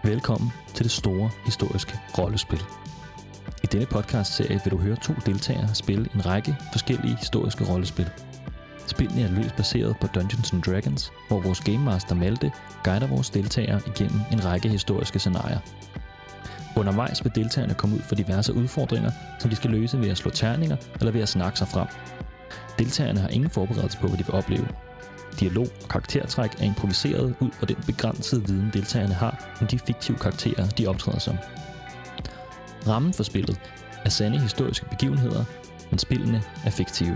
Velkommen til det store historiske rollespil. I denne podcast-serie vil du høre 2 deltagere spille en række forskellige historiske rollespil. Spillene er løst baseret på Dungeons & Dragons, hvor vores Game Master Malte guider vores deltagere igennem en række historiske scenarier. Undervejs vil deltagerne komme ud for diverse udfordringer, som de skal løse ved at slå terninger eller ved at snakke sig frem. Deltagerne har ingen forberedelse på, hvad de vil opleve. Dialog og karaktertræk er improviseret ud fra den begrænsede viden, deltagerne har om de fiktive karakterer, de optræder som. Rammen for spillet er sande historiske begivenheder, men spillene er fiktive.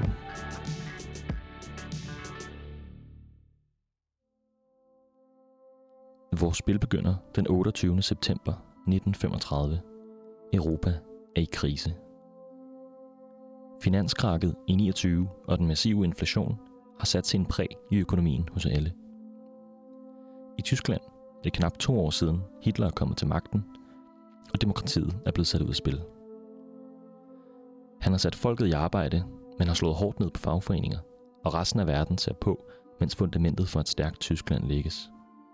Vores spil begynder den 28. september 1935. Europa er i krise. Finanskrakket i 29 og den massive inflation har sat sin præg i økonomien hos alle. I Tyskland er det knap 2 år siden Hitler er kommet til magten, og demokratiet er blevet sat ud af spil. Han har sat folket i arbejde, men har slået hårdt ned på fagforeninger, og resten af verden ser på, mens fundamentet for et stærkt Tyskland lægges.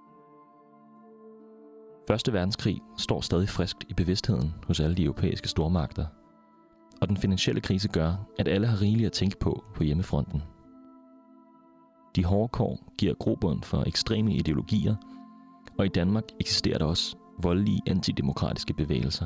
Første verdenskrig står stadig friskt i bevidstheden hos alle de europæiske stormagter, og den finansielle krise gør, at alle har rigeligt at tænke på hjemmefronten. De hårde kår giver grobund for ekstreme ideologier, og i Danmark eksisterer der også voldelige antidemokratiske bevægelser.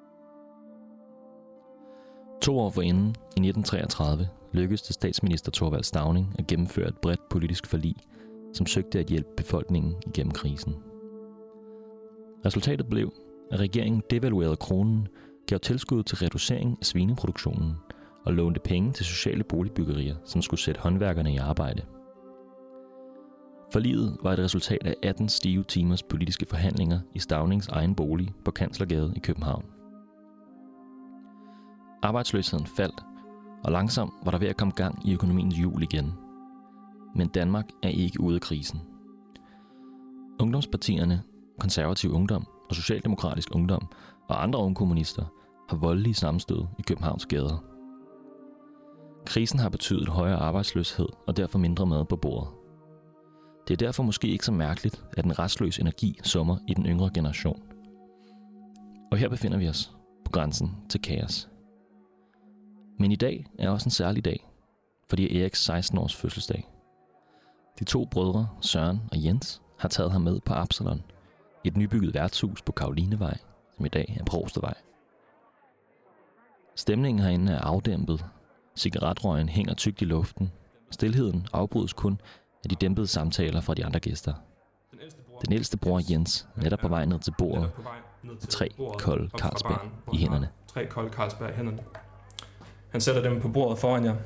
2 år forinden, i 1933, lykkedes det statsminister Thorvald Stauning at gennemføre et bredt politisk forlig, som søgte at hjælpe befolkningen igennem krisen. Resultatet blev, at regeringen devaluerede kronen, gav tilskud til reducering af svineproduktionen og lånte penge til sociale boligbyggerier, som skulle sætte håndværkerne i arbejde. Forliget var et resultat af 18 stive timers politiske forhandlinger i Staunings egen bolig på Kanslergade i København. Arbejdsløsheden faldt, og langsomt var der ved at komme gang i økonomiens hjul igen. Men Danmark er ikke ude af krisen. Ungdomspartierne, Konservativ Ungdom og Socialdemokratisk Ungdom og andre ungkommunister har voldelige sammenstød i Københavns gader. Krisen har betydet højere arbejdsløshed og derfor mindre mad på bordet. Det er derfor måske ikke så mærkeligt, at en restløs energi summer i den yngre generation. Og her befinder vi os på grænsen til kaos. Men i dag er også en særlig dag, for det er Eriks 16-års fødselsdag. De 2 brødre, Søren og Jens, har taget ham med på Absalon, et nybygget værtshus på Karolinevej, som i dag er Prostevej. Stemningen herinde er afdæmpet, cigaretrøgen hænger tykt i luften, stilheden afbrydes kun af de dæmpede samtaler fra de andre gæster. Den ældste bror Jens er netop på vej ned til bordet med 3 kolde Carlsberg i hænderne. 3 kolde Carlsberg i hænderne. Han sætter dem på bordet foran jer.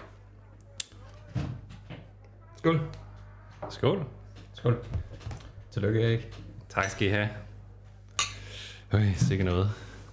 Skål. Skål. Skål. Tillykke, Erik. Tak skal I have. Sikke noget.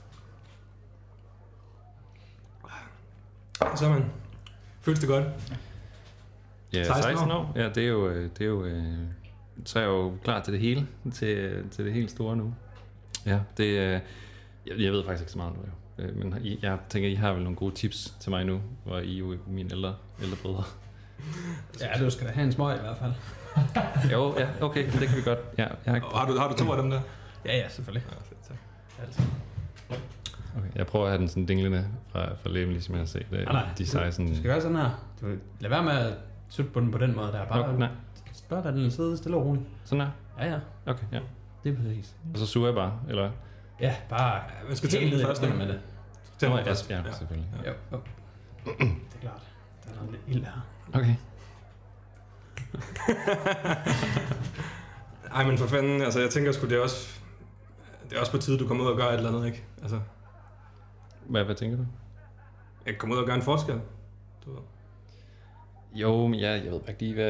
Så man. Føles det godt? Ja, 16 år. Ja, det er jo så er jeg jo klar til det hele, til det helt store nu. Ja, det jeg ved faktisk ikke så meget nu, men jeg tænker, I har vel nogle gode tips til mig nu, hvor I jo er mine ældre brødre. Ja, du skal da have en smøg i hvert fald. Jo, ja, okay, men det kan vi godt. Ja, har du 2 af dem der? Ja, selvfølgelig. Ja, fedt, tak. Altså. Okay, jeg prøver at have den sådan dinglende fra læben, ligesom jeg har set det. Nej, de 16. Du skal gøre sådan her. Lad være med at sutte på den på den måde der. Bare lad den sidde stille og roligt. Sådan her? Ja. Okay, ja. Det er præcis. Og så suger jeg bare, eller? Ja, bare. Man skal tænde den først med det. Tænd den først. Ja, selvfølgelig. Ja. Jo. Det er klart. Der er noget lidt ild her. Okay. Ej, men for fanden, altså jeg tænker sgu, det er også på tide, du kommer ud og gør et eller andet, ikke? Altså. Hvad tænker du? Jeg kommer ud og gøre en forskel. Du ved. Jo, men jeg ved ikke lige,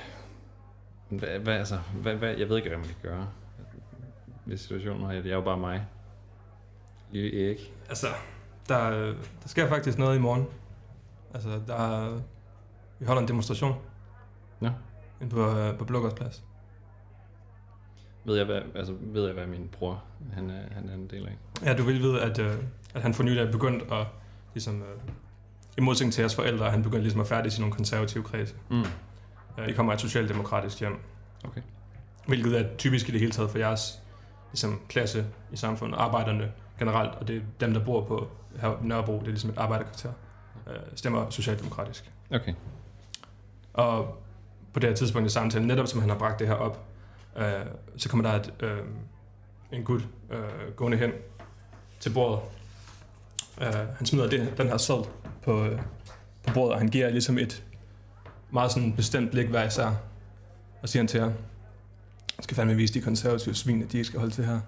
hvad jeg ved ikke, hvad man kan gøre. Hvis situationen har jeg er jo bare mig. Lille Erik. Altså, der sker faktisk noget i morgen. Altså, vi holder en demonstration. Ja. Inde på Blågårdsplads. Ved jeg, hvad min bror han er en del af? Ja, du vil vide, at han for nylig er begyndt at, ligesom, i modsætning til jeres forældre, han begyndte ligesom at færdige i nogle konservative kredse. I kommer af et socialdemokratisk hjem. Okay. Hvilket er typisk i det hele taget for jeres ligesom klasse i samfundet, arbejderne generelt, og det er dem, der bor på Nørrebro, det er ligesom et arbejderkvarter, stemmer socialdemokratisk. Okay. Og på det her tidspunkt i samtalen, netop som han har bragt det her op, så kommer der en gut gående hen til bordet. Han smider den her seddel på bordet, og han giver ligesom et meget sådan bestemt blik hver især, og siger han til jer, jeg skal fandme vise de konservative svin, at de ikke skal holde til her.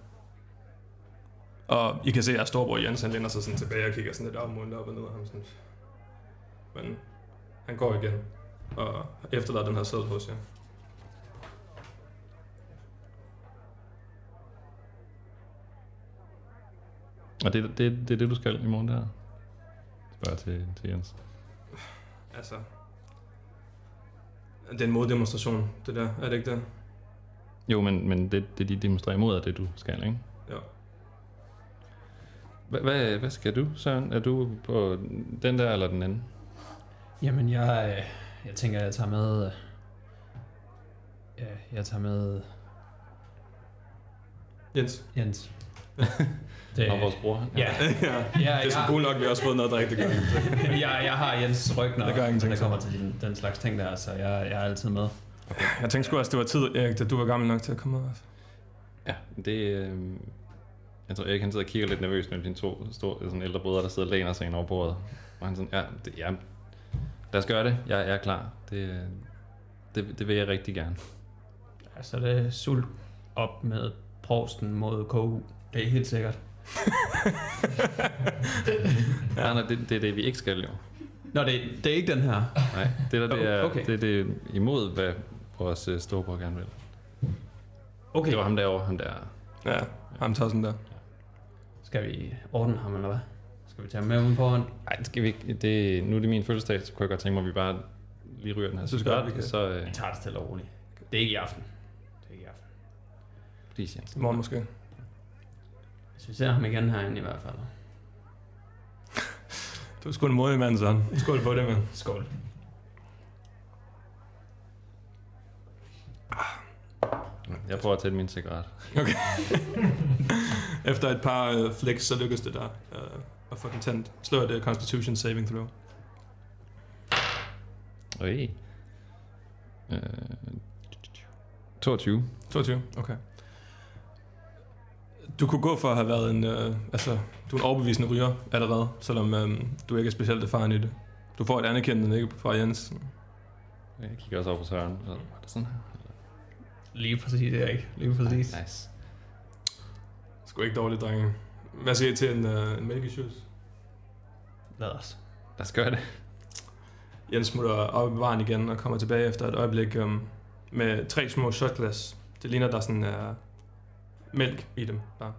Og I kan se, at storebror Jens, han lænder sig sådan tilbage og kigger sådan lidt op og ned af ham. Sådan. Men han går igen og efterlader den her seddel hos jer. Og det er det, du skal i morgen der? Spørger til Jens. Altså, det er en moddemonstration, det der, er det ikke det? Jo, men det de demonstrerer imod, er det, du skal, ikke? Ja. Hvad skal du, Søren? Er du på den der eller den anden? Jamen, jeg tænker, jeg tager med... jeg tager med... Jens. Det og vores bror. Ja. Det er så cool nok, vi har også fået noget, der rigtig godt. jeg har Jens ryg, når det kommer til den slags ting der, så jeg er altid med. Okay. Jeg tænkte sgu også, det var tid, Erik, da du var gammel nok til at komme med os. Ja, det... Jeg tror, Erik han sidder og kigger lidt nervøs med dine to store, sådan ældre brødre, der sidder og læner sig ind over bordet. Og han sådan, lad os gøre det. Jeg er klar. Det vil jeg rigtig gerne. Altså, det er sult op med provsten mod KU. Det er helt sikkert. Nej, det er det, vi ikke skal jo. Nå, det er ikke den her. Nej, det er okay. det er imod, hvad vores storebror gerne vil. Okay. Det var ham derovre, ham der. Ja, ham tager sådan der. Skal vi ordne ham, eller hvad? Skal vi tage ham med uden foran? Nej, det skal vi ikke. Nu er det min fødselsdag, så kunne jeg godt tænke mig, at vi bare lige ryger den her. Vi tager det stille og roligt. Det er ikke i aften. Please, Jens. I morgen måske. Hvis vi ser ham igen herinde i hvert fald. Du er sgu en modig mand, sådan. Skål på det, mand. Skål. Jeg prøver at tænde min cigaret. Okay. Efter et par flicks, så lykkedes det der at få den tændt. Slår det Constitution Saving Throw. Okay. 22. 22, okay. Du kunne gå for at have været en... du er en overbevisende ryger allerede, selvom du ikke er specielt erfaren i det. Du får et anerkendende, ikke, fra Jens. Jeg kigger også over på Søren. Var det sådan her? Lige præcis, Erik. Lige præcis. Nice. Sgu ikke dårligt, drenge. Hvad siger I til en mælkesjuice? Lad os. Lad os gøre det. Jens smutter op i varen igen og kommer tilbage efter et øjeblik med 3 små shotglas. Det ligner, der er sådan mælk i dem. Bare.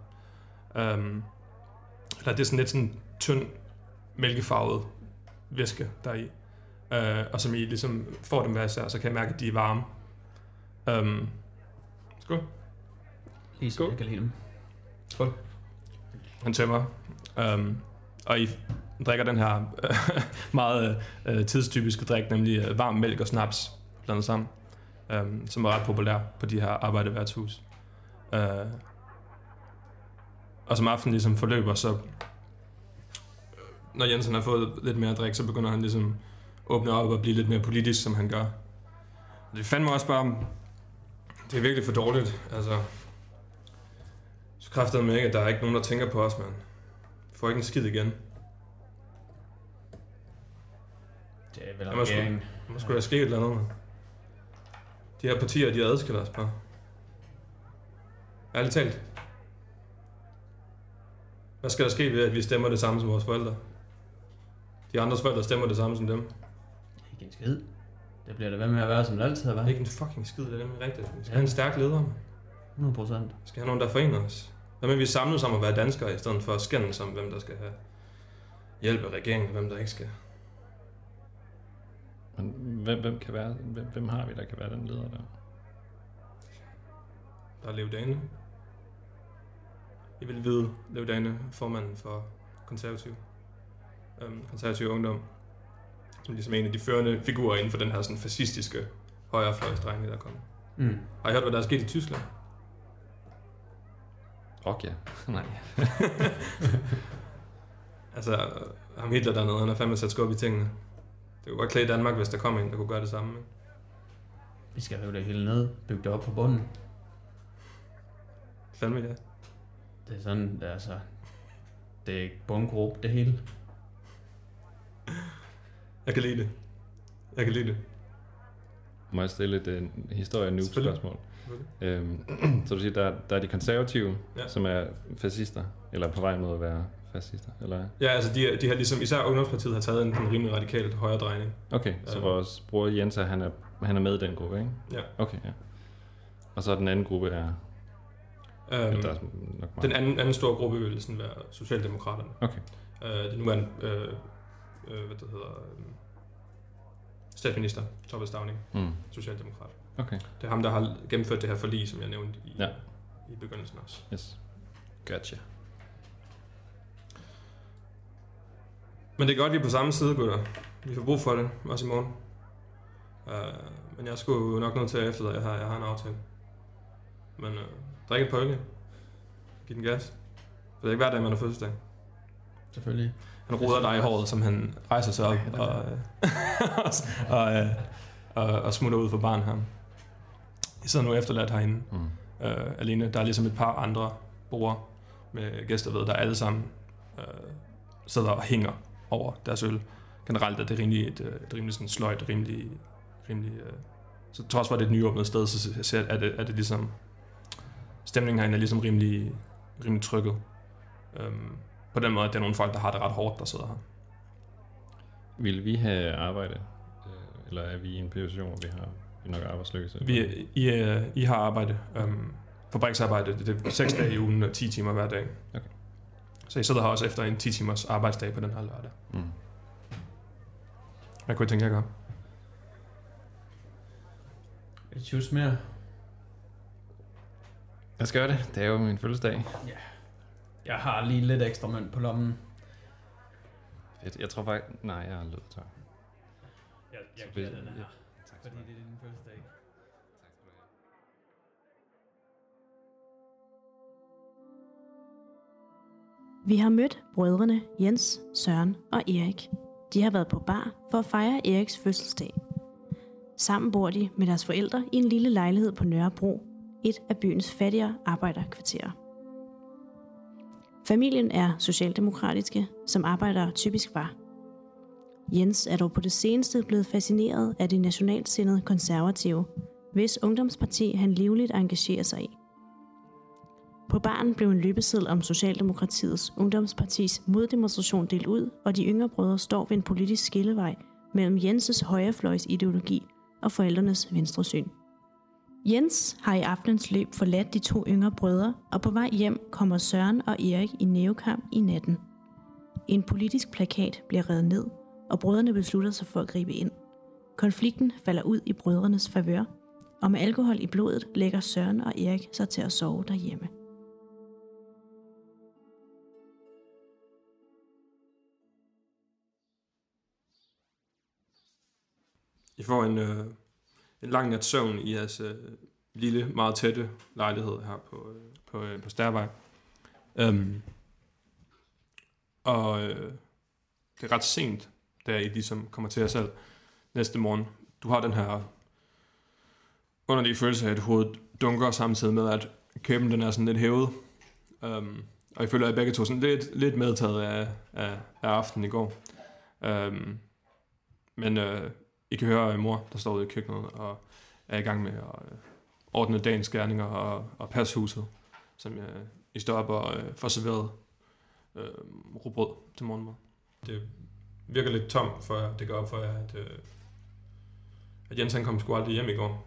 Eller det er sådan lidt sådan tynd, mælkefarvet væske, der er i. Og som I ligesom får dem hver især, så kan jeg mærke, at de er varme. Skål. Lige så jeg kan lide dem. Skål. Han tømmer. Og I drikker den her meget tidstypiske drik, nemlig varm mælk og snaps blandet sammen, som er ret populær på de her arbejderværtshus. Og som aftenen ligesom forløber, så når Jensen har fået lidt mere drik, så begynder han ligesom åbne op og blive lidt mere politisk, som han gør. Og det fandme også bare, det er virkelig for dårligt. Altså, så kræftede mig ikke, at der er ikke nogen, der tænker på os, mand. Vi får ikke en skid igen. Det er vel regeringen. Der må sgu have sket et eller andet, mand. De her partier, de adskiller os bare. Ærligt talt. Hvad skal der ske ved, at vi stemmer det samme som vores forældre? De andres forældre stemmer det samme som dem. Ikke en skid. Det bliver det ved med at være, som det altid har været. Ikke en fucking skid, det er nemlig rigtigt. Vi skal have en stærk leder. 100%. Vi skal have nogen, der forener os. Hvad med, vi samles om at være danskere, i stedet for at skændes om, hvem der skal have hjælp af regeringen, og hvem der ikke skal. Men hvem har vi, der kan være den leder der? Der er Leo Dane. I vil vide, Leo Dane, formanden for konservativ ungdom, som ligesom en af de førende figurer inden for den her sådan fascistiske højrefløjsdrejning, der kommer. Har I hørt, hvad der er sket i Tyskland? Ja. Nej. Altså, ham Hitler dernede, han har fandme sat skub i tingene. Det kunne godt klæde Danmark, hvis der kom en, der kunne gøre det samme. Ikke? Vi skal rive det hele ned, bygge det op på bunden. Fandme ja. Det er sådan, altså... Det er ikke bundgruppe, det hele. Jeg kan lide det. Må jeg stille et historie-noob-spørgsmål? Så du siger, der er de konservative, som er fascister, eller på vej mod at være fascister, eller? Ja, altså de har ligesom, især Ungdomspartiet har taget en rimelig radikalt højre drejning. Okay, så vores bror Jens, han er med i den gruppe, ikke? Ja. Okay, ja. Og så den anden gruppe er? Den anden store gruppe vil sådan være Socialdemokraterne. Okay. Det nuværende, statsminister, Thomas Stauning, Socialdemokrat. Okay. Det er ham, der har gennemført det her forlig, som jeg nævnte i begyndelsen også. Yes. Gotcha. Men det er godt, vi er på samme side, gutter. Vi får brug for det, også i morgen. Men jeg skulle nok nødt til at efterlade, jeg har en aftale. Men drik et par øl. Giv den gas. For det er ikke hver dag, man har fødselsdag. Selvfølgelig. Han roder dig i håret, som han rejser sig op og smutter ud for barn her. I sidder nu efterladt herinde alene. Der er ligesom et par andre borde med gæster ved, der alle sammen sidder og hænger over deres øl. Generelt er det rimelig sådan sløjt, rimelig så trods for, at det er et nyåbnet sted, så er det ligesom stemningen herinde er ligesom rimelig trykket. På den måde, at det er nogle folk, der har det ret hårdt, der sidder her. Vil vi have arbejde? Eller er vi i en position, hvor vi har nok arbejdsløse? I har arbejde. Fabriksarbejde, det er 6 dage i ugen og 10 timer hver dag. Okay. Så I sidder her også efter en 10 timers arbejdsdag på den her lørdag. Hvad kunne I tænke jer at gøre? Et tjus mere. Jeg skal gøre det. Det er jo min fødselsdag. Ja. Jeg har lige lidt ekstra mønt på lommen. Fedt. Jeg tror faktisk... Nej, jeg har løbet tør. Jeg giver den her. Tak, fordi det er din fødselsdag. Tak skal du have. Vi har mødt brødrene Jens, Søren og Erik. De har været på bar for at fejre Eriks fødselsdag. Sammen bor de med deres forældre i en lille lejlighed på Nørrebro, et af byens fattigere arbejderkvarterer. Familien er socialdemokratiske, som arbejdere typisk var. Jens er dog på det seneste blevet fascineret af de nationaltsindede konservative, hvis ungdomsparti han livligt engagerer sig i. På baren blev en løbeseddel om Socialdemokratiets ungdomspartis moddemonstration delt ud, og de yngre brødre står ved en politisk skillevej mellem Jenses højrefløjs ideologi og forældrenes venstresyn. Jens har i aftenens løb forladt de 2 yngre brødre, og på vej hjem kommer Søren og Erik i nævekamp i natten. En politisk plakat bliver revet ned, og brødrene beslutter sig for at gribe ind. Konflikten falder ud i brødrenes favør, og med alkohol i blodet lægger Søren og Erik sig til at sove derhjemme. I får en lang nat søvn i jeres lille, meget tætte lejlighed her på Stærvej. Det er ret sent, da I ligesom kommer til jer selv næste morgen. Du har den her underlige følelse af, at hovedet dunker samtidig med, at kæben den er sådan lidt hævet. Og I føler, at begge to sådan lidt medtaget af aftenen i går. Men I kan høre mor, der står ude i køkkenet og er i gang med at ordne dagens gerninger og passe huset, som I står op og får serveret rugbrød til morgenmad. Det virker lidt tomt, for det går op for jer, at Jens han kom sgu aldrig hjem i går.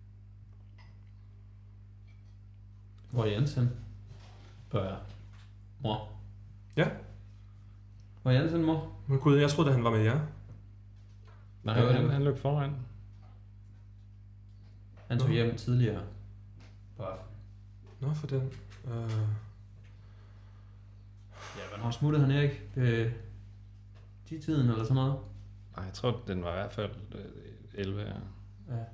Hvor er Jens hen? Spørger jeg. Mor? Ja? Hvor er Jens hen, mor? Men gud, jeg troede, at han var med jer. Nej, han løb foran. Han tog hjem tidligere på aftenen. Nå, for den. Ja, hvornår smuttede han, Erik? 10-tiden eller sådan noget? Nej, jeg tror, den var i hvert fald 11. Ja.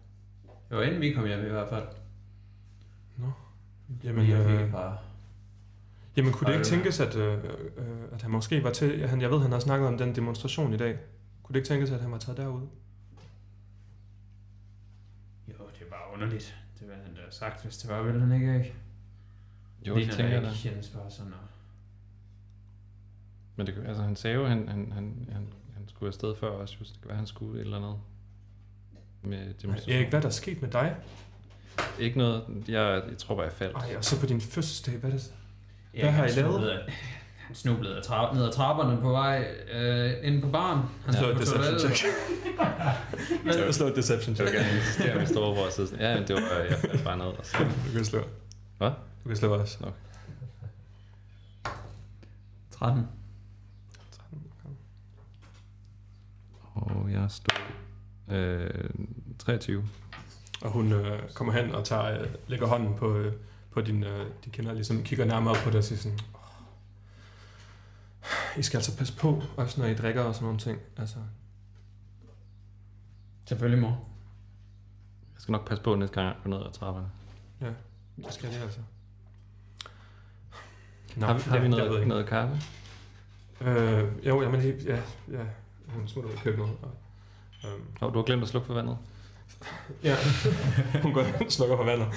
Det var inden vi kom hjem i hvert fald. Nå. Jamen, jeg fik et par Jamen, kunne det ikke tænkes, at han måske var til... Jeg ved, han har snakket om den demonstration i dag. Kunne det ikke tænkes, at han var taget derud? Jo, det er bare underligt. Det var han da sagt, hvis det var, vel han ikke? Jo, det tænker jeg da. Jens bare sådan og... Men det, altså, han sagde jo, han skulle afsted før også, hvis det kan være, han skulle et eller andet med demonstration. Erik, hvad er der sket med dig? Ikke noget. Jeg tror bare, jeg faldt. Ej, og så på din fødselsdag, hvad er det? Hvad har I lavet? Han snublede ned ad trapperne på vej ind på baren. Han slog et deception check. Jeg slog et deception check. Det er min storebror. Så ja, men det var, jeg faldt bare ned. Og så. Du kan slå. Hvad? Du kan slå også. Okay. 13. Og jeg stod 23. Og hun kommer hen og lægger hånden på din kinder, ligesom kigger nærmere på dig og siger sådan, I skal altså passe på, også når I drikker og sådan nogle ting. Altså. Selvfølgelig, mor. Jeg skal nok passe på næste gang, jeg går ned ad trapperne. Ja, det skal jeg altså. Nå, har vi noget kaffe? Jo, jamen ja. Hun smutter ud i køkkenet. Du har glemt at slukke for vandet? Ja, hun går og slukker for vandet.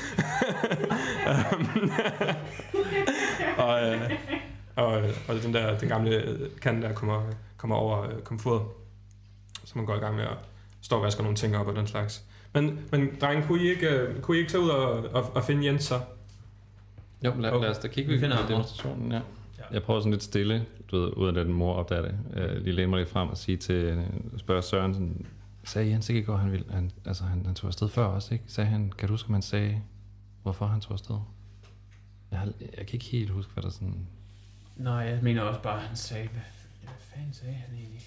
og den gamle kande der kommer over komfuret, så man går i gang med at stå og vaske nogle ting op og den slags. Men drenge, kunne I ikke tage ud og finde Jens så? Jo, lad os da kigge. Vi finder demonstrationen, ja. Jeg prøver sådan lidt stille, uden at den mor opdager det. Lige læne mig lidt frem og spørge Søren sådan, sagde Jens ikke i går, han tog afsted før også, ikke? Sagde han, kan du huske, om han sagde, hvorfor han tog afsted? Jeg kan ikke helt huske, hvad der sådan... Nej, jeg mener også bare, han sagde, hvad fanden sagde han egentlig?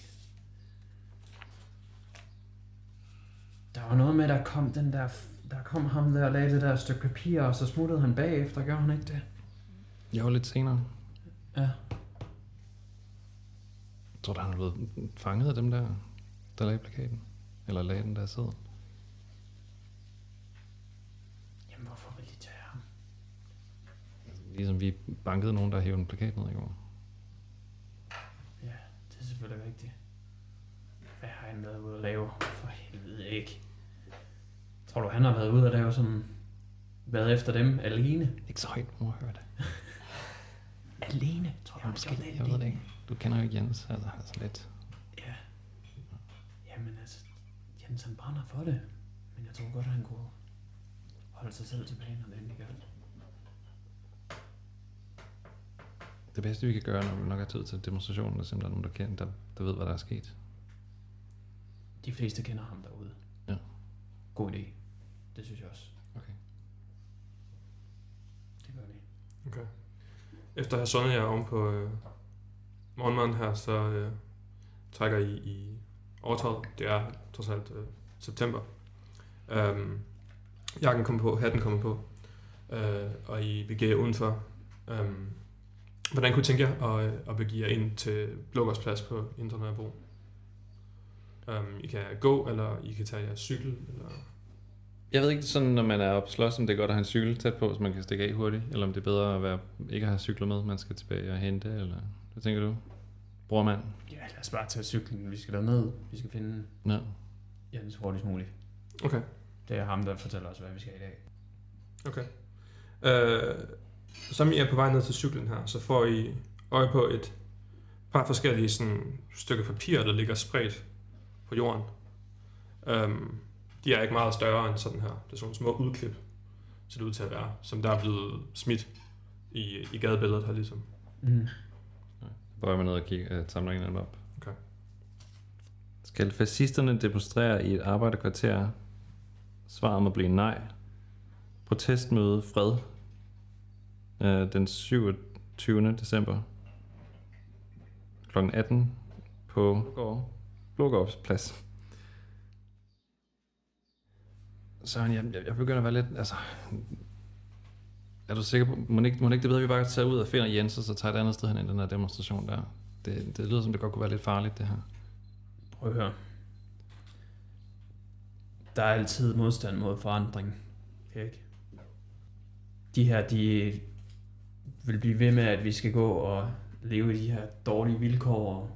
Der var noget med, der kom ham der og lagde det der stykke papir, og så smuttede han bagefter, gør han ikke det? Jo, lidt senere. Ja. Jeg tror, der han er blevet fanget af dem der lagde plakaten. Eller lagde den der sæd. Jamen, hvorfor vil de tage ham? Ligesom vi bankede nogen, der hævde en plakat ned i går. Ja, det er selvfølgelig rigtigt. Hvad har han været ude at lave? For helvede ikke. Tror du, han har været ude at lave sådan... Været efter dem alene? Ikke så højt, må høre det. Alene? Tror du, han måske, jeg ved det ikke. Du kender jo ikke Jens, altså lidt. Ja. Jamen altså, Jens han brænder for det. Men jeg tror godt, at han kunne holde sig selv tilbage, når det endelig gør det. Det bedste, vi kan gøre, når vi nok har tid til demonstrationen, er simpelthen nogen, der kender, der ved, hvad der er sket. De fleste kender ham derude. Ja. God idé. Det synes jeg også. Okay. Det gør vi. Okay. Efter at have sundet jer oven på morgenmaden her, så trækker I overtøjet. Det er trods alt september. Jakken kommer på, hatten kommer på, og I begiver jer udenfor. Hvordan kunne I tænke jer at begive jer ind til Blågårdsplads på Indre Nørrebro? I kan gå, eller I kan tage jeres cykel, eller... Jeg ved ikke, sådan når man er oppe på slås, om det er godt at have en cykel tæt på, så man kan stikke af hurtigt, eller om det er bedre at ikke have cykler med, man skal tilbage og hente, eller hvad tænker du, brormand? Ja, lad os bare tage cyklen. Vi skal derned. Vi skal finde Jens hurtigst muligt. Okay. Det er ham, der fortæller os, hvad vi skal i dag. Okay. Som I er på vej ned til cyklen her, så får I øje på et par forskellige sådan, stykker papir, der ligger spredt på jorden. De er ikke meget større end sådan her. Det er sådan små udklip, ser det ud til at være, som der er blevet smidt i gadebilledet her ligesom. Mm. Jeg bøjer mig ned og samler en af dem op. Okay. Skal fascisterne demonstrere i et arbejderkvarter? Svaret må blive nej. Protestmøde fred. Den 27. december kl. 18 på Blågårdsplads. Så jeg begynder at være lidt, altså... Er du sikker på, må ikke det bedre, at vi bare tager ud og finder Jens, og så tager et andet sted hen i den her demonstration der? Det lyder som, det godt kunne være lidt farligt, det her. Prøv at høre. Der er altid modstand mod forandring. Ikke? De her, de vil blive ved med, at vi skal gå og leve i de her dårlige vilkår, og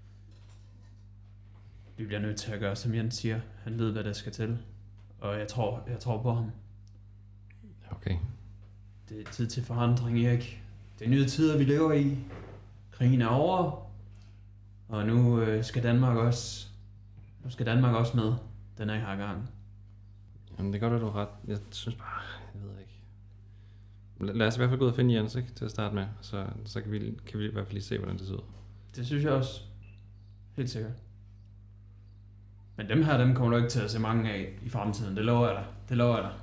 vi bliver nødt til at gøre, som Jens siger. Han ved, hvad der skal til, og jeg tror på ham. Okay. Det er tid til forandring, Erik. Det er nye tider, vi lever i. Krigen er over, og nu skal Danmark også med den her gang. Jamen, det gør du ret. Jeg synes bare, jeg ved ikke. Lad os i hvert fald gå ud og finde Jens, ikke, til at starte med. Så kan vi i hvert fald lige se, hvordan det ser ud. Det synes jeg også. Helt sikkert. Men dem kommer du ikke til at se mange af i fremtiden. Det lover jeg dig.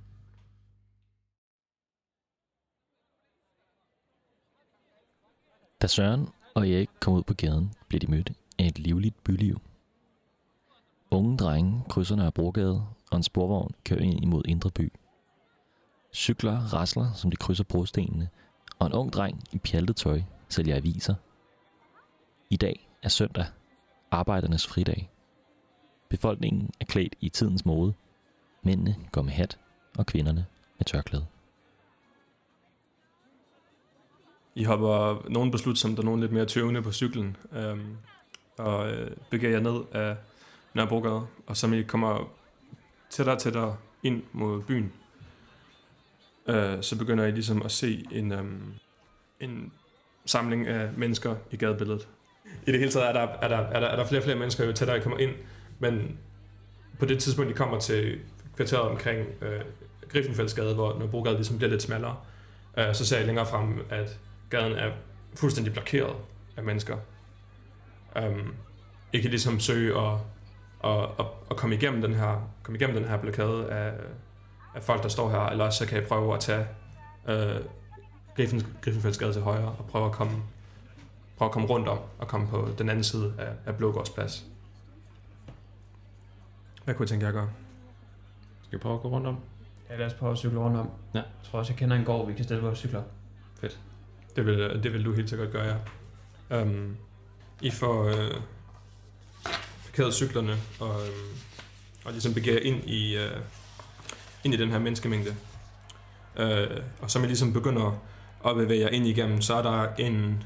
Da Søren og Erik kom ud på gaden, blev de mødt af et livligt byliv. Unge drenge krydser Nørrebrogade, og en sporvogn kører ind imod Indre By. Cykler rasler, som de krydser brostenene, og en ung dreng i pjaltet tøj sælger aviser. I dag er søndag, arbejdernes fridag. Befolkningen er klædt i tidens mode. Mændene går med hat, og kvinderne med tørklæde. I hopper nogen beslutsomt og nogen lidt mere tøvende på cyklen, og begiver jer ned af Nørrebrogade, og som I kommer tættere og tættere ind mod byen, så begynder I ligesom at se en samling af mennesker i gadebilledet. I det hele taget er der flere og flere mennesker, jo tættere I kommer ind, men på det tidspunkt, I kommer til kvarteret omkring Griffenfeldsgade, hvor Nørrebrogade ligesom bliver lidt smallere, så ser I længere frem, at gaden er fuldstændig blokeret af mennesker. I kan ligesom søge og komme igennem den her blokade af folk, der står her, eller også så kan I prøve at tage Griffenfeldsgade til højre og prøve at komme rundt om og komme på den anden side af Blågårdsplads. Hvad kunne I tænke jer at gøre? Skal vi prøve at gå rundt om? Ja, lad os prøve at cykle rundt om. Ja. Jeg tror også, jeg kender en gård, vi kan stille vores cykler. Fedt. Det vil du helt sikkert gøre, ja. I får parkeret cyklerne og ligesom begiver ind i den her menneskemængde. Og så man ligesom begynder at bevæge jer ind igennem, så er der en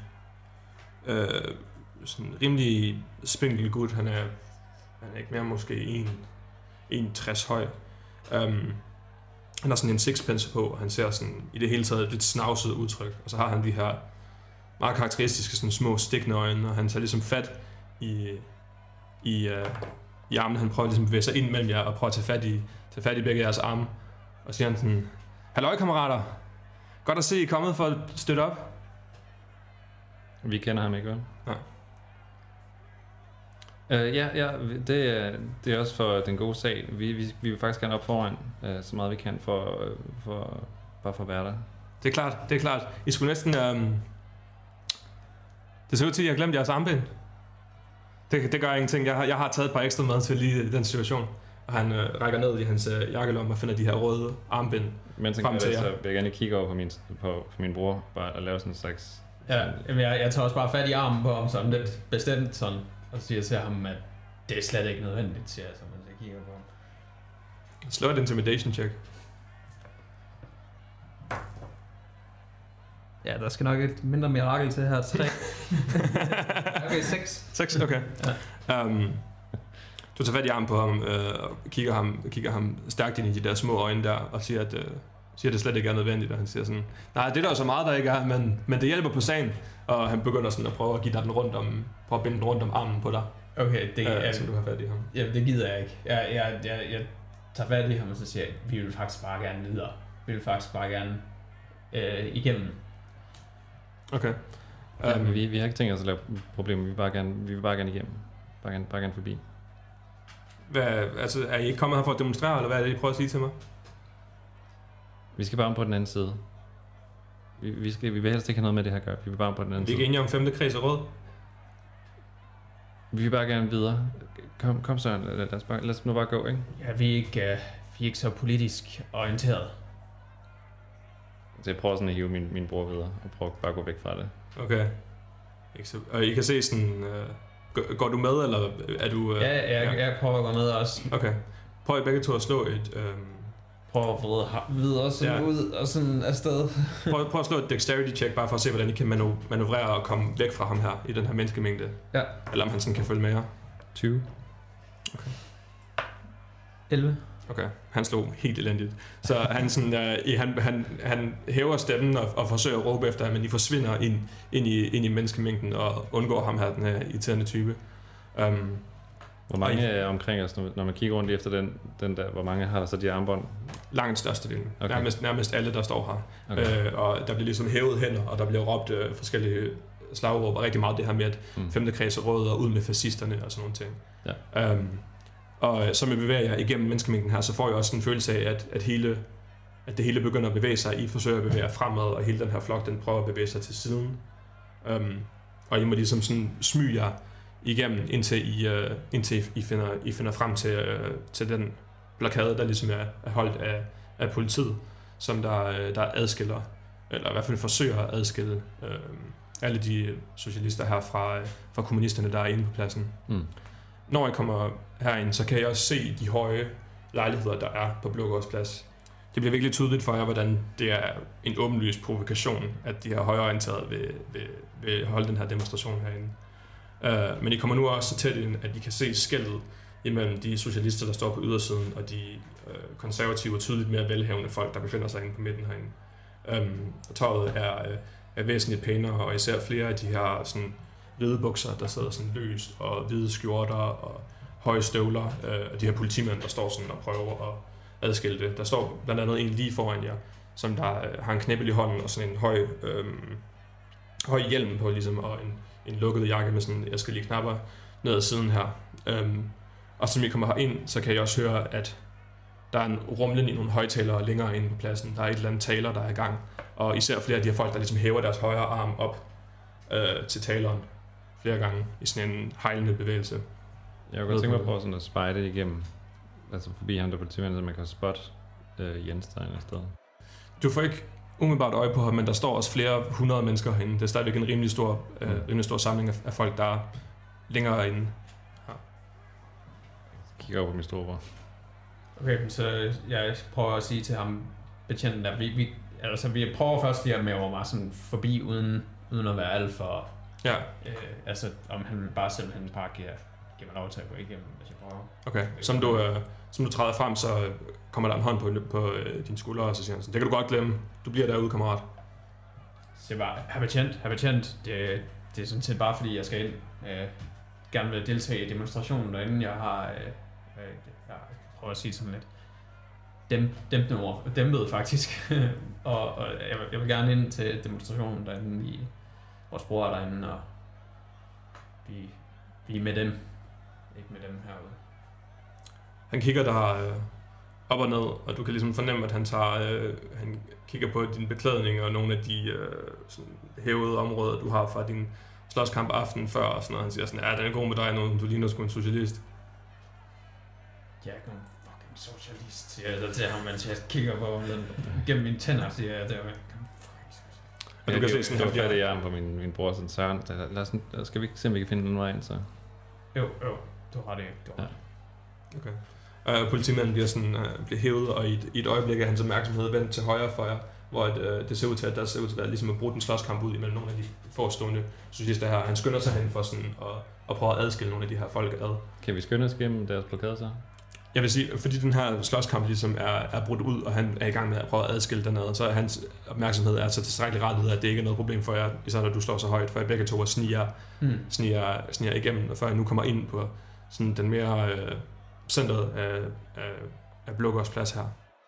sådan rimelig spinkel gut. Han er ikke mere måske 1,60 høj. Han har sådan en sixpence på, og han ser sådan i det hele taget et lidt snavset udtryk. Og så har han de her meget karakteristiske sådan små stikkende øjne, og han tager ligesom fat i armen. Han prøver ligesom at bevæge sig ind mellem jer og prøver at tage fat i begge jeres arme. Og siger han sådan: "Halløj kammerater, godt at se, I er kommet for at støtte op." Vi kender ham ikke, vel? Nej. Ja, det er også for den gode sag. Vi vil faktisk gerne op foran, så meget vi kan, for bare for at være der. Det er klart. I skulle næsten... Det ser ud til, at I har glemt jeres armbind. Det gør ingenting. Jeg har taget et par ekstra med til lige den situation. Og han rækker ned i hans jakkelomme og finder de her røde armbind. Mens han gør det, så vil jeg gerne kigge over på min bror bare og lave sådan en slags... Ja, jeg tager også bare fat i armen på ham sådan lidt bestemt sådan, og siger til ham, at det er slet ikke nødvendigt, siger jeg, så mens jeg kigger på ham. Slå et intimidation check. Ja, der skal nok et mindre mirakel til her. 3. Okay, 6. 6, okay. Ja. Du tager fat i armen på ham og kigger ham stærkt ind i de der små øjne der, og siger, at det slet ikke er nødvendigt, og han siger sådan: "Nej, det er der jo så meget, der ikke er, men det hjælper på sagen." Og han begynder sådan at prøve at give dig den prøve at binde den rundt om armen på dig. Okay, det så du har fat i ham. Ja, det gider jeg ikke. Jeg tager fat i ham, og så siger jeg: "Vi vil faktisk bare gerne videre. Vi vil faktisk bare gerne igennem." Okay. Vi har ikke tænkt os at lave problemer. Vi vil bare gerne igennem. Bare gerne forbi. Er I ikke kommet her for at demonstrere, eller hvad er det, I prøver at sige til mig? Vi skal bare om på den anden side. Vi vil helst ikke have noget med det her at gøre. Vi vil bare om på den anden side. Vi er ikke enige om 5. kreds og rød. Vi vil bare gerne videre. Kom så, lad os nu bare gå, ikke? Ja, vi er ikke så politisk orienteret. Så jeg prøver sådan at hive min bror videre, og prøver bare at gå væk fra det. Okay. Og I kan se sådan... Går du med, eller er du... Jeg prøver at gå med også. Okay. Prøv I begge to at slå prøver at vride os ud og sådan afsted. Prøv at slå et dexterity check, bare for at se, hvordan I kan manøvrere og komme væk fra ham her i den her menneskemængde. Ja. Eller om han sådan kan følge med jer. 20. Okay. 11. Okay, han slog helt elendigt. Så han, sådan, han hæver stemmen og forsøger at råbe efter ham, men de forsvinder ind i menneskemængden og undgår ham her, den her irriterende type. Hvor mange er omkring os, når man kigger rundt efter den der, hvor mange har der så de armbånd? Langt størstedelen. Okay. Nærmest alle, der står her. Okay. Og der bliver ligesom hævet hænder, og der bliver råbt forskellige slagord, og rigtig meget det her med, at 5. kreds er rød og ud med fascisterne og sådan nogle ting. Ja. Og som jeg bevæger jer igennem menneskemængden her, så får jeg også en følelse af, at det hele begynder at bevæge sig. I forsøger at bevæge jer fremad, og hele den her flok, den prøver at bevæge sig til siden. Og I må ligesom sådan smyge jer igennem, indtil I finder frem til den blokade, der ligesom er holdt af politiet, som der adskiller, eller i hvert fald forsøger at adskille alle de socialister her fra kommunisterne, der er inde på pladsen. Når I kommer herind, så kan I også se de høje lejligheder, der er på Blågårdsplads. Det bliver virkelig tydeligt for jer, hvordan det er en åbenlys provokation, at de her højreorienterede vil holde den her demonstration herinde. Men I kommer nu også så tæt ind, at I kan se skellet imellem de socialister, der står på ydersiden, og de konservative og tydeligt mere velhavende folk, der befinder sig inde på midten herinde. Tøjet er væsentligt pænere, og især flere af de her sådan hvide bukser, der sidder sådan løst, og hvide skjorter og høje støvler, og de her politimænd, der står sådan og prøver at adskille det. Der står blandt andet en lige foran jer, som der har en knæppel i hånden og sådan en høj hjelm på, ligesom, og en lukket jakke med sådan forskellige knapper ned ad siden her. Og som I kommer herind, så kan I også høre, at der er en rumlen i nogle højtalere længere inde på pladsen. Der er et eller andet taler, der er i gang. Og især flere af de her folk, der ligesom hæver deres højre arm op til taleren flere gange i sådan en hejlende bevægelse. Jeg kunne godt tænke mig at prøve sådan at spejde igennem, altså forbi ham der politimanden, så man kan spotte Jens der i stedet. Du får ikke umiddelbart øje på ham, men der står også flere 100 mennesker herinde. Det er stadigvæk en rimelig stor samling af folk, der er længere inde. Ja. Jeg kigger over på min storebror. Okay, så jeg prøver at sige til ham, betjenten der, vi prøver først lige at mave mig sådan forbi, uden at være alt for... Ja. Altså, om han bare simpelthen giver mig lov til at gå igennem, hvis jeg prøver. Okay, som du træder frem, så kommer der en hånd på din skulder, og så siger han sådan, det kan du godt glemme, du bliver derude, kammerat. Så bare, herr betjent, det er sådan set bare fordi, jeg skal ind, gerne vil deltage i demonstrationen derinde. Jeg har, jeg prøver at sige sådan lidt, dæmpet faktisk, og jeg vil gerne ind til demonstrationen derinde i vores bror derinde, og vi er med dem, ikke med dem herude. Han kigger der op og ned, og du kan ligesom fornemme, at han kigger på din beklædning og nogle af de sådan hævede områder, du har fra din slåskamp aften før, og sådan noget. Han siger sådan, ja, den er god med dig nu, du ligner sgu en socialist. Jeg er ikke nogen fucking socialist, siger jeg til ham, mens jeg kigger på den gennem mine tænder, siger jeg, det er men du kan se sådan, det var fat i armen på min bror, sådan, Søren, skal vi ikke se, om vi kan finde den vej ind, så? Jo, du har det. Ja. Okay. Politimanden bliver hævet, og i et øjeblik er hans opmærksomhed vendt til højre for jer, hvor det ser ud til, at der ser ud til at være ligesom at bruge den slåskamp ud imellem nogle af de forestående socialister her. Han skynder sig hen for sådan at prøve at adskille nogle af de her folk ad. Kan vi skynde os gennem deres blokade så? Jeg vil sige, fordi den her slåskamp ligesom er brudt ud, og han er i gang med at prøve at adskille dernede, så er hans opmærksomhed så tilstrækkeligt rettet, at det ikke er noget problem for jer, især når du står så højt, for jeg begge to at sniger igennem, og før jeg nu kommer ind på sådan den mere centret af Blågårdsplads her.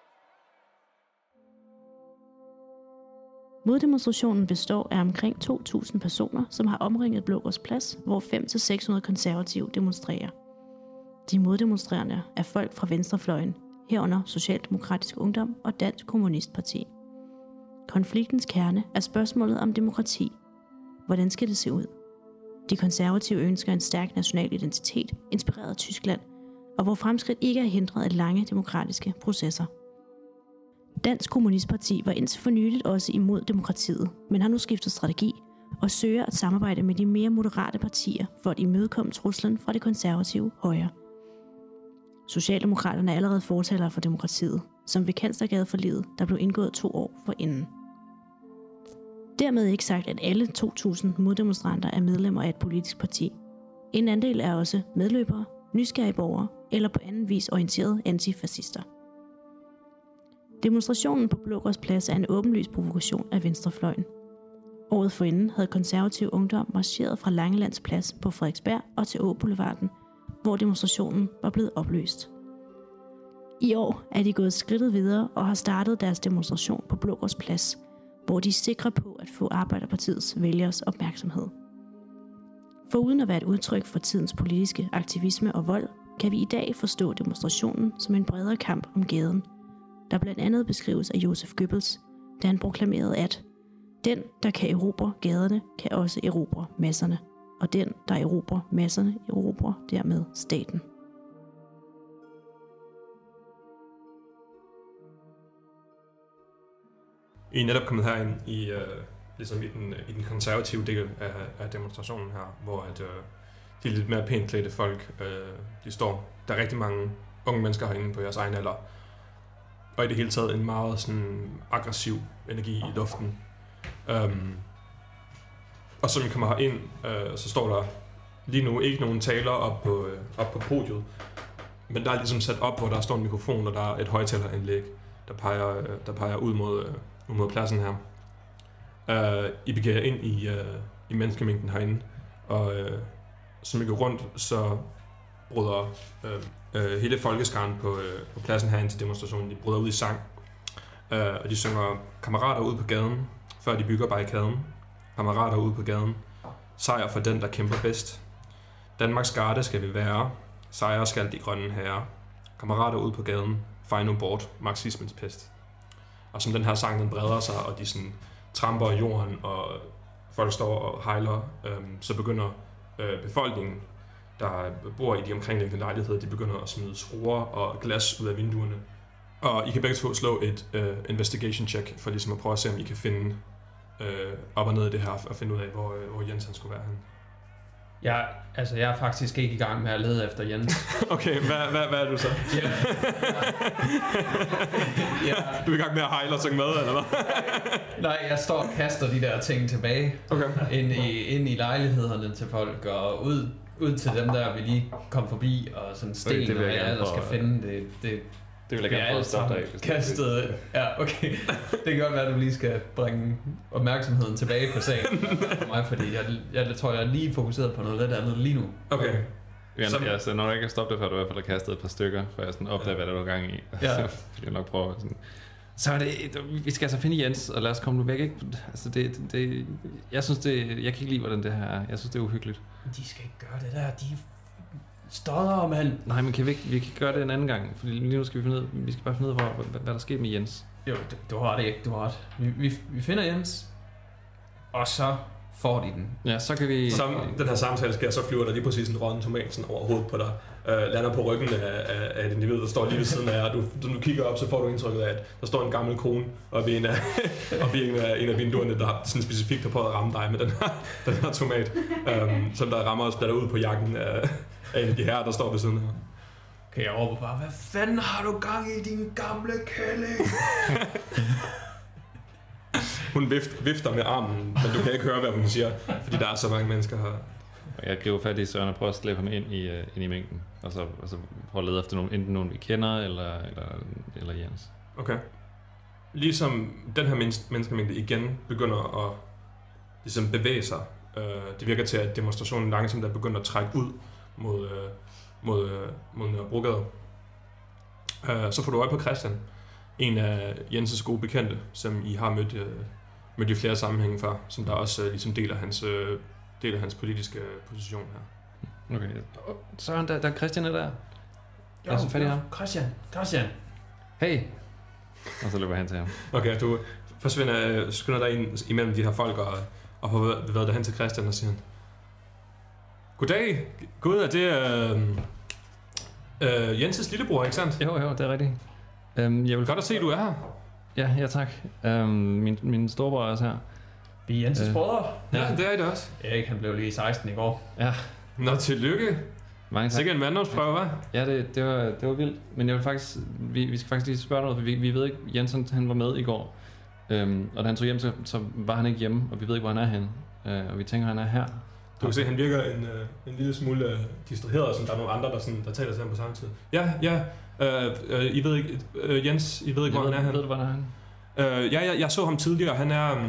Moddemonstrationen består af omkring 2.000 personer, som har omringet Blågårdsplads, hvor 500-600 konservative demonstrerer. De moddemonstrerende er folk fra venstrefløjen, herunder Socialdemokratisk Ungdom og Dansk Kommunistparti. Konfliktens kerne er spørgsmålet om demokrati. Hvordan skal det se ud? De konservative ønsker en stærk national identitet, inspireret af Tyskland, og hvor fremskridt ikke er hindret af lange demokratiske processer. Dansk Kommunistparti var indtil for nyligt også imod demokratiet, men har nu skiftet strategi og søger at samarbejde med de mere moderate partier for at imødekomme truslen fra det konservative højre. Socialdemokraterne er allerede fortalere for demokratiet, som ved Kanslergadeforliget, der blev indgået 2 år forinden. Dermed ikke sagt, at alle 2.000 moddemonstranter er medlemmer af et politisk parti. En andel er også medløbere, nysgerrige borgere eller på anden vis orienterede antifascister. Demonstrationen på Blågårdsplads er en åbenlys provokation af venstrefløjen. Året forinden havde konservativ ungdom marcheret fra Langelands Plads på Frederiksberg og til Åboulevarden, hvor demonstrationen var blevet opløst. I år er de gået skridtet videre og har startet deres demonstration på Blågårdsplads, hvor de er sikre på at få Arbejderpartiets vælgers opmærksomhed. Foruden at være et udtryk for tidens politiske aktivisme og vold, kan vi i dag forstå demonstrationen som en bredere kamp om gaden, der blandt andet beskrives af Joseph Goebbels, da han proklamerede, at den, der kan erobre gaderne, kan også erobre masserne, og den, der erobrer masserne, erobrer dermed staten. I er netop kommet herind i, ligesom i den konservative del af demonstrationen her, hvor at, de lidt mere pænt klædte folk, de står. Der er rigtig mange unge mennesker herinde på jeres egen alder, og i det hele taget en meget sådan aggressiv energi i luften. Og så når vi kommer herind, så står der lige nu ikke nogen taler op på podiet, men der er ligesom sat op, hvor der står en mikrofon, og der er et højtaleranlæg, der peger ud mod pladsen her. I begiver ind i menneskemængden herinde, og som vi går rundt, så bryder hele folkeskaren på pladsen herinde til demonstrationen, de bryder ud i sang, og de synger kammerater ud på gaden, før de bygger barrikaden. Kammerater ud på gaden. Sejr for den, der kæmper bedst. Danmarks garde skal vi være. Sejr skal de grønne herrer. Kammerater ud på gaden. Fej nu bort marxismens pest. Og som den her sang, den breder sig, og de sådan tramper i jorden, og folk står og hejler, så begynder befolkningen, der bor i de omkringliggende lejligheder, de begynder at smide skruer og glas ud af vinduerne. Og I kan begge to slå et investigation check, for ligesom at prøve at se, om I kan finde op og ned i det her, og finde ud af, hvor Jens han skulle være henne. Jeg er faktisk ikke i gang med at lede efter Jens. Okay, hvad er du så? Ja. Du er i gang med at hejle og synge med, eller hvad? Nej, jeg står og kaster de der ting tilbage. Okay. Ind i lejlighederne til folk, og ud til dem der, vi lige kom forbi, og sådan sten, og hvad jeg ellers skal finde. Det vil jeg gerne prøve at stoppe dig af. Kastet. Ja, okay. Det kan godt være, at du lige skal bringe opmærksomheden tilbage på sagen for mig, fordi jeg tror, jeg er lige fokuseret på noget lidt andet lige nu. Okay. Så når jeg ikke kan stoppe det, før du i hvert fald har kastet et par stykker, for jeg sådan opdager, hvad der var gang i. Ja. Så vil jeg nok prøve sådan. Så er det, vi skal altså finde Jens, og lad os komme nu væk, ikke? Altså jeg synes jeg kan ikke lide, hvordan det her er. Jeg synes, det er uhyggeligt. De skal ikke gøre det der, de stodder, mand. Nej, men vi kan gøre det en anden gang, fordi lige nu skal vi skal bare finde ud af, hvad der sker med Jens. Jo, du har det ikke, du har ret. Vi finder Jens, og så får de den. Ja, så kan vi... Som den her samtale sker, så flyver der lige præcis en rådden tomat sådan over hovedet på dig, lander på ryggen af et individ, der står lige ved siden af, og du kigger op, så får du indtrykket af, at der står en gammel kone oppe i en af vinduerne, der sådan specifikt har prøvet at ramme dig med den her tomat, som der rammer og splatter ud på jakken af en af de her, der står ved siden her. Okay, jeg råber bare, hvad fanden har du gang i, din gamle kælling? Hun vifter med armen, men du kan ikke høre, hvad hun siger, fordi der er så mange mennesker her. Jeg griber fat i Søren og prøver at slæbe ham ind i mængden, og så prøver at lede efter enten nogen, vi kender, eller Jens. Okay. Ligesom den her menneskemængde igen begynder at ligesom bevæge sig. Det virker til, at demonstrationen langsomt er begyndt at trække ud mod Nørrebrogade. Så får du øje på Christian, en af Jens' gode bekendte, som I har mødt i flere sammenhænge før, som der også ligesom deler hans politiske position her. Okay. Søren, der Christian er der. Jeg er så fat i ham. Christian. Hey. Og så løber han til ham. Okay, du skynder dig ind imellem de her folk og har været derhen til Christian og siger han: Goddag. Gud, er det Jens' lillebror, ikke sandt? Jo, det er rigtigt. Jeg vil godt at se, at du er her. Ja, tak. Min storebror er også her. Vi er Jens' brødre. Ja, det er det også. Erik, han blev lige 16 i går. Ja. Nå, tillykke. Mange tak. Sikkert en manddomsprøve, hva'? Ja, det var vildt. Men jeg vil faktisk, vi skal faktisk lige spørge noget, for vi ved ikke, Jensen han var med i går. Og da han tog hjem, så var han ikke hjemme, og vi ved ikke, hvor han er henne. Og vi tænker, han er her. Du kan se, han virker en lille smule distraheret, og der er nogle andre, der taler til ham på samme tid. Ja, I ved ikke, Jens, I ved ikke, hvor han er henne? Ved du, hvor han er henne? Jeg så ham tidligere.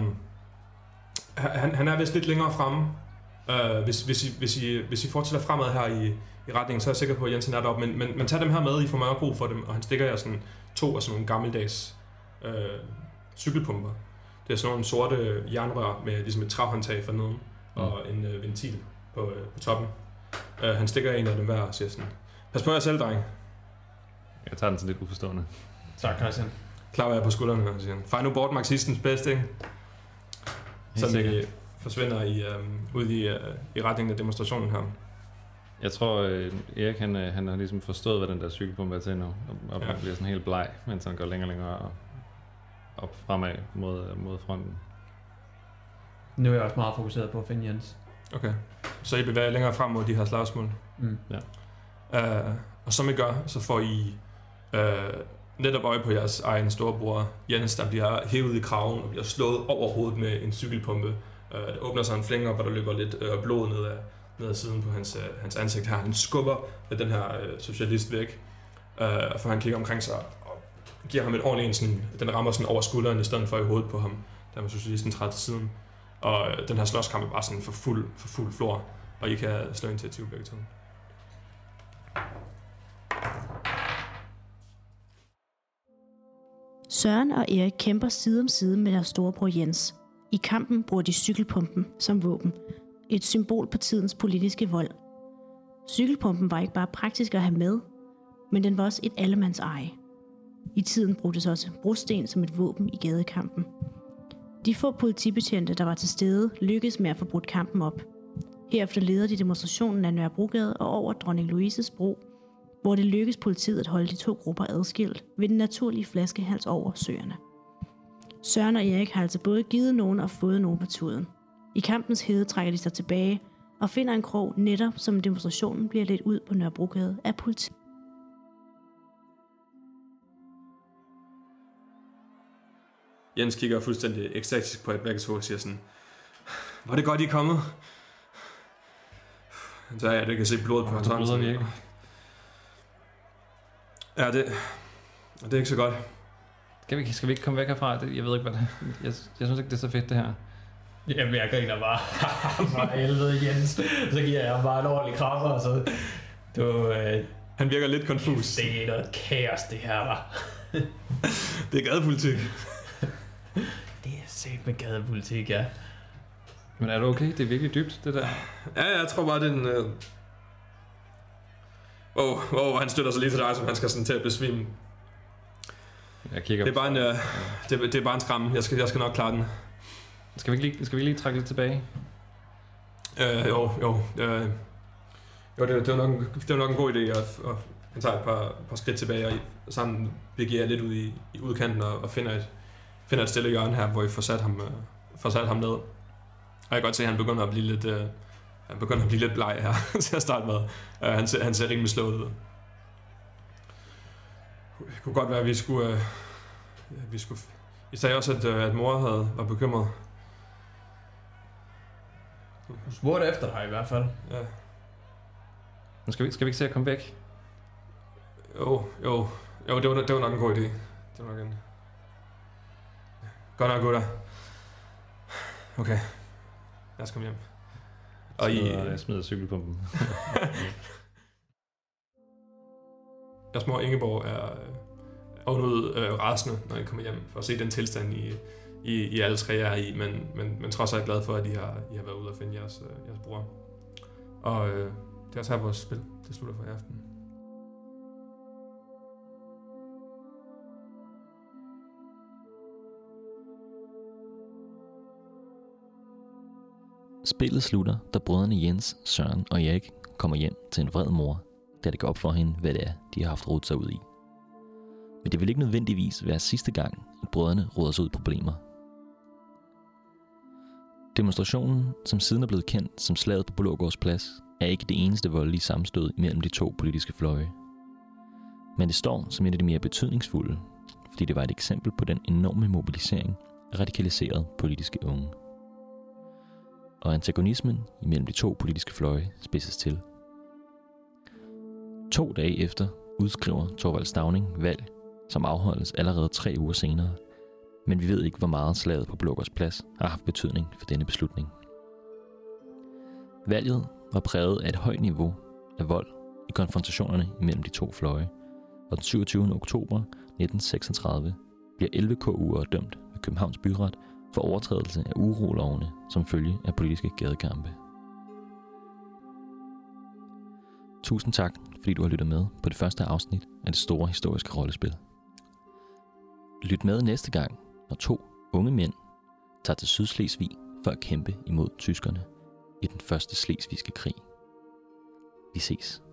Han er vist lidt længere fremme. Hvis I fortsætter fremad her i retningen, så er jeg sikker på, at Jensen er deroppe. Men tag dem her med, I får meget brug for dem. Og han stikker jer sådan 2 af sådan nogle gammeldags cykelpumper. Det er sådan nogle sorte jernrør med ligesom et travhåndtag for neden og en ventil på toppen. Han stikker en af dem hver og siger sådan: pas på jer selv, dreng. Jeg tager den til lidt uforstående. Tak, Christian. Klarer jeg på skuldrene, og siger han: fej nu bort marxistens bedste, ikke? Så vi forsvinder ud i retningen af demonstrationen her. Jeg tror, Erik han har ligesom forstået, hvad den der cykelpumpe er til nu, og bliver sådan helt bleg, mens han går længere op fremad mod fronten. Nu er jeg også meget fokuseret på at finde Jens. Okay, så I bevæger længere frem mod de her slagsmål. Ja. Og som I gør, så får I netop øje på jeres egen storebror Jens, der bliver hævet i kraven og bliver slået over hovedet med en cykelpumpe. Der åbner sig en flænge op, og der løber lidt blod ned ad siden på hans ansigt her. Han skubber den her socialist væk, for han kigger omkring sig og giver ham et ordentligt den rammer sådan over skulderen i stedet for i hovedet på ham. Der var socialisten træt til siden. Og den her slåskamp er bare sådan for fuld flor, og I kan slå initiativ begge to. Søren og Erik kæmper side om side med deres storebror Jens. I kampen bruger de cykelpumpen som våben. Et symbol på tidens politiske vold. Cykelpumpen var ikke bare praktisk at have med, men den var også et allemands eje. I tiden brugtes også brosten som et våben i gadekampen. De få politibetjente, der var til stede, lykkedes med at få brudt kampen op. Herefter leder de demonstrationen af Nørrebrogade og over Dronning Louises Bro, hvor det lykkedes politiet at holde de 2 grupper adskilt ved den naturlige flaskehals over søerne. Søren og Erik har altså både givet nogen og fået nogen på tuden. I kampens hede trækker de sig tilbage og finder en krog netop som demonstrationen bliver ledt ud på Nørrebrogade af politiet. Jens kigger fuldstændig ekstatisk på et begge to og siger sådan: hvor er det godt, I er kommet? Så ja, det kan se blodet på hans hånd. Ja, det er ikke så godt. Skal vi ikke komme væk herfra? Jeg ved ikke, hvad det er. Jeg synes ikke, det er så fedt, det her. Jamen, jeg griner bare. For helvede, Jens. Så giver jeg bare en ordentlig krammer, og så... Han virker lidt konfus. Det er noget kaos, det her, var. Det er gadepolitik. Det er set med gadepolitik, ja. Men er du okay? Det er virkelig dybt, det der. Ja, jeg tror bare, det er en... han støtter sig lige til dig, som han skal sådan til at besvime. Jeg kigger. Det er bare en, det er bare en skræmme. Jeg skal nok klare den. Skal vi ikke lige trække lidt tilbage? Jo. Det var nok en god idé at tage et par skridt tilbage, og sammen begiver jeg lidt ud i udkanten og finder et stille hjørne her, hvor I får sat ham ned. Og jeg kan godt se, at han begynder at blive lidt bleg her til at starte med. Han ser rimelig slået ud. Det kunne godt være, at vi skulle... I sagde også, at mor var bekymret. Hun spurgte efter dig i hvert fald. Ja. Men skal vi ikke se at komme væk? Jo, det var nok en god idé. Det var nok en... Godt nok, gutter. Okay. Lad os komme hjem. Og jeg smider cykelpumpen. Deres mor Ingeborg er ovenud rasende, når I kommer hjem, for at se den tilstand, I alle 3 er i, men trods alt glad for, at I har været ude og finde jeres bror. Og det er også her, vores spil det slutter for i aften. Spillet slutter, da brødrene Jens, Søren og Erik kommer hjem til en vred mor, da det går op for hende, hvad det er, de har haft rodet sig ud i. Men det vil ikke nødvendigvis være sidste gang, at brødrene roder sig ud i problemer. Demonstrationen, som siden er blevet kendt som slaget på Blågårds Plads, er ikke det eneste voldelige sammenstød mellem de to politiske fløje. Men det står som et af de mere betydningsfulde, fordi det var et eksempel på den enorme mobilisering af radikaliserede politiske unge. Og antagonismen imellem de to politiske fløje spidses til. 2 dage efter udskriver Thorvald Stauning valg, som afholdes allerede 3 uger senere, men vi ved ikke, hvor meget slaget på Blågårds Plads har haft betydning for denne beslutning. Valget var præget af et højt niveau af vold i konfrontationerne mellem de to fløje, og den 27. oktober 1936 bliver 11 KU'ere dømt ved Københavns Byret for overtrædelse af urolovene som følge af politiske gadekampe. Tusind tak, fordi du har lyttet med på det første afsnit af det store historiske rollespil. Lyt med næste gang, når 2 unge mænd tager til Sydslesvig for at kæmpe imod tyskerne i den første slesvigske krig. Vi ses.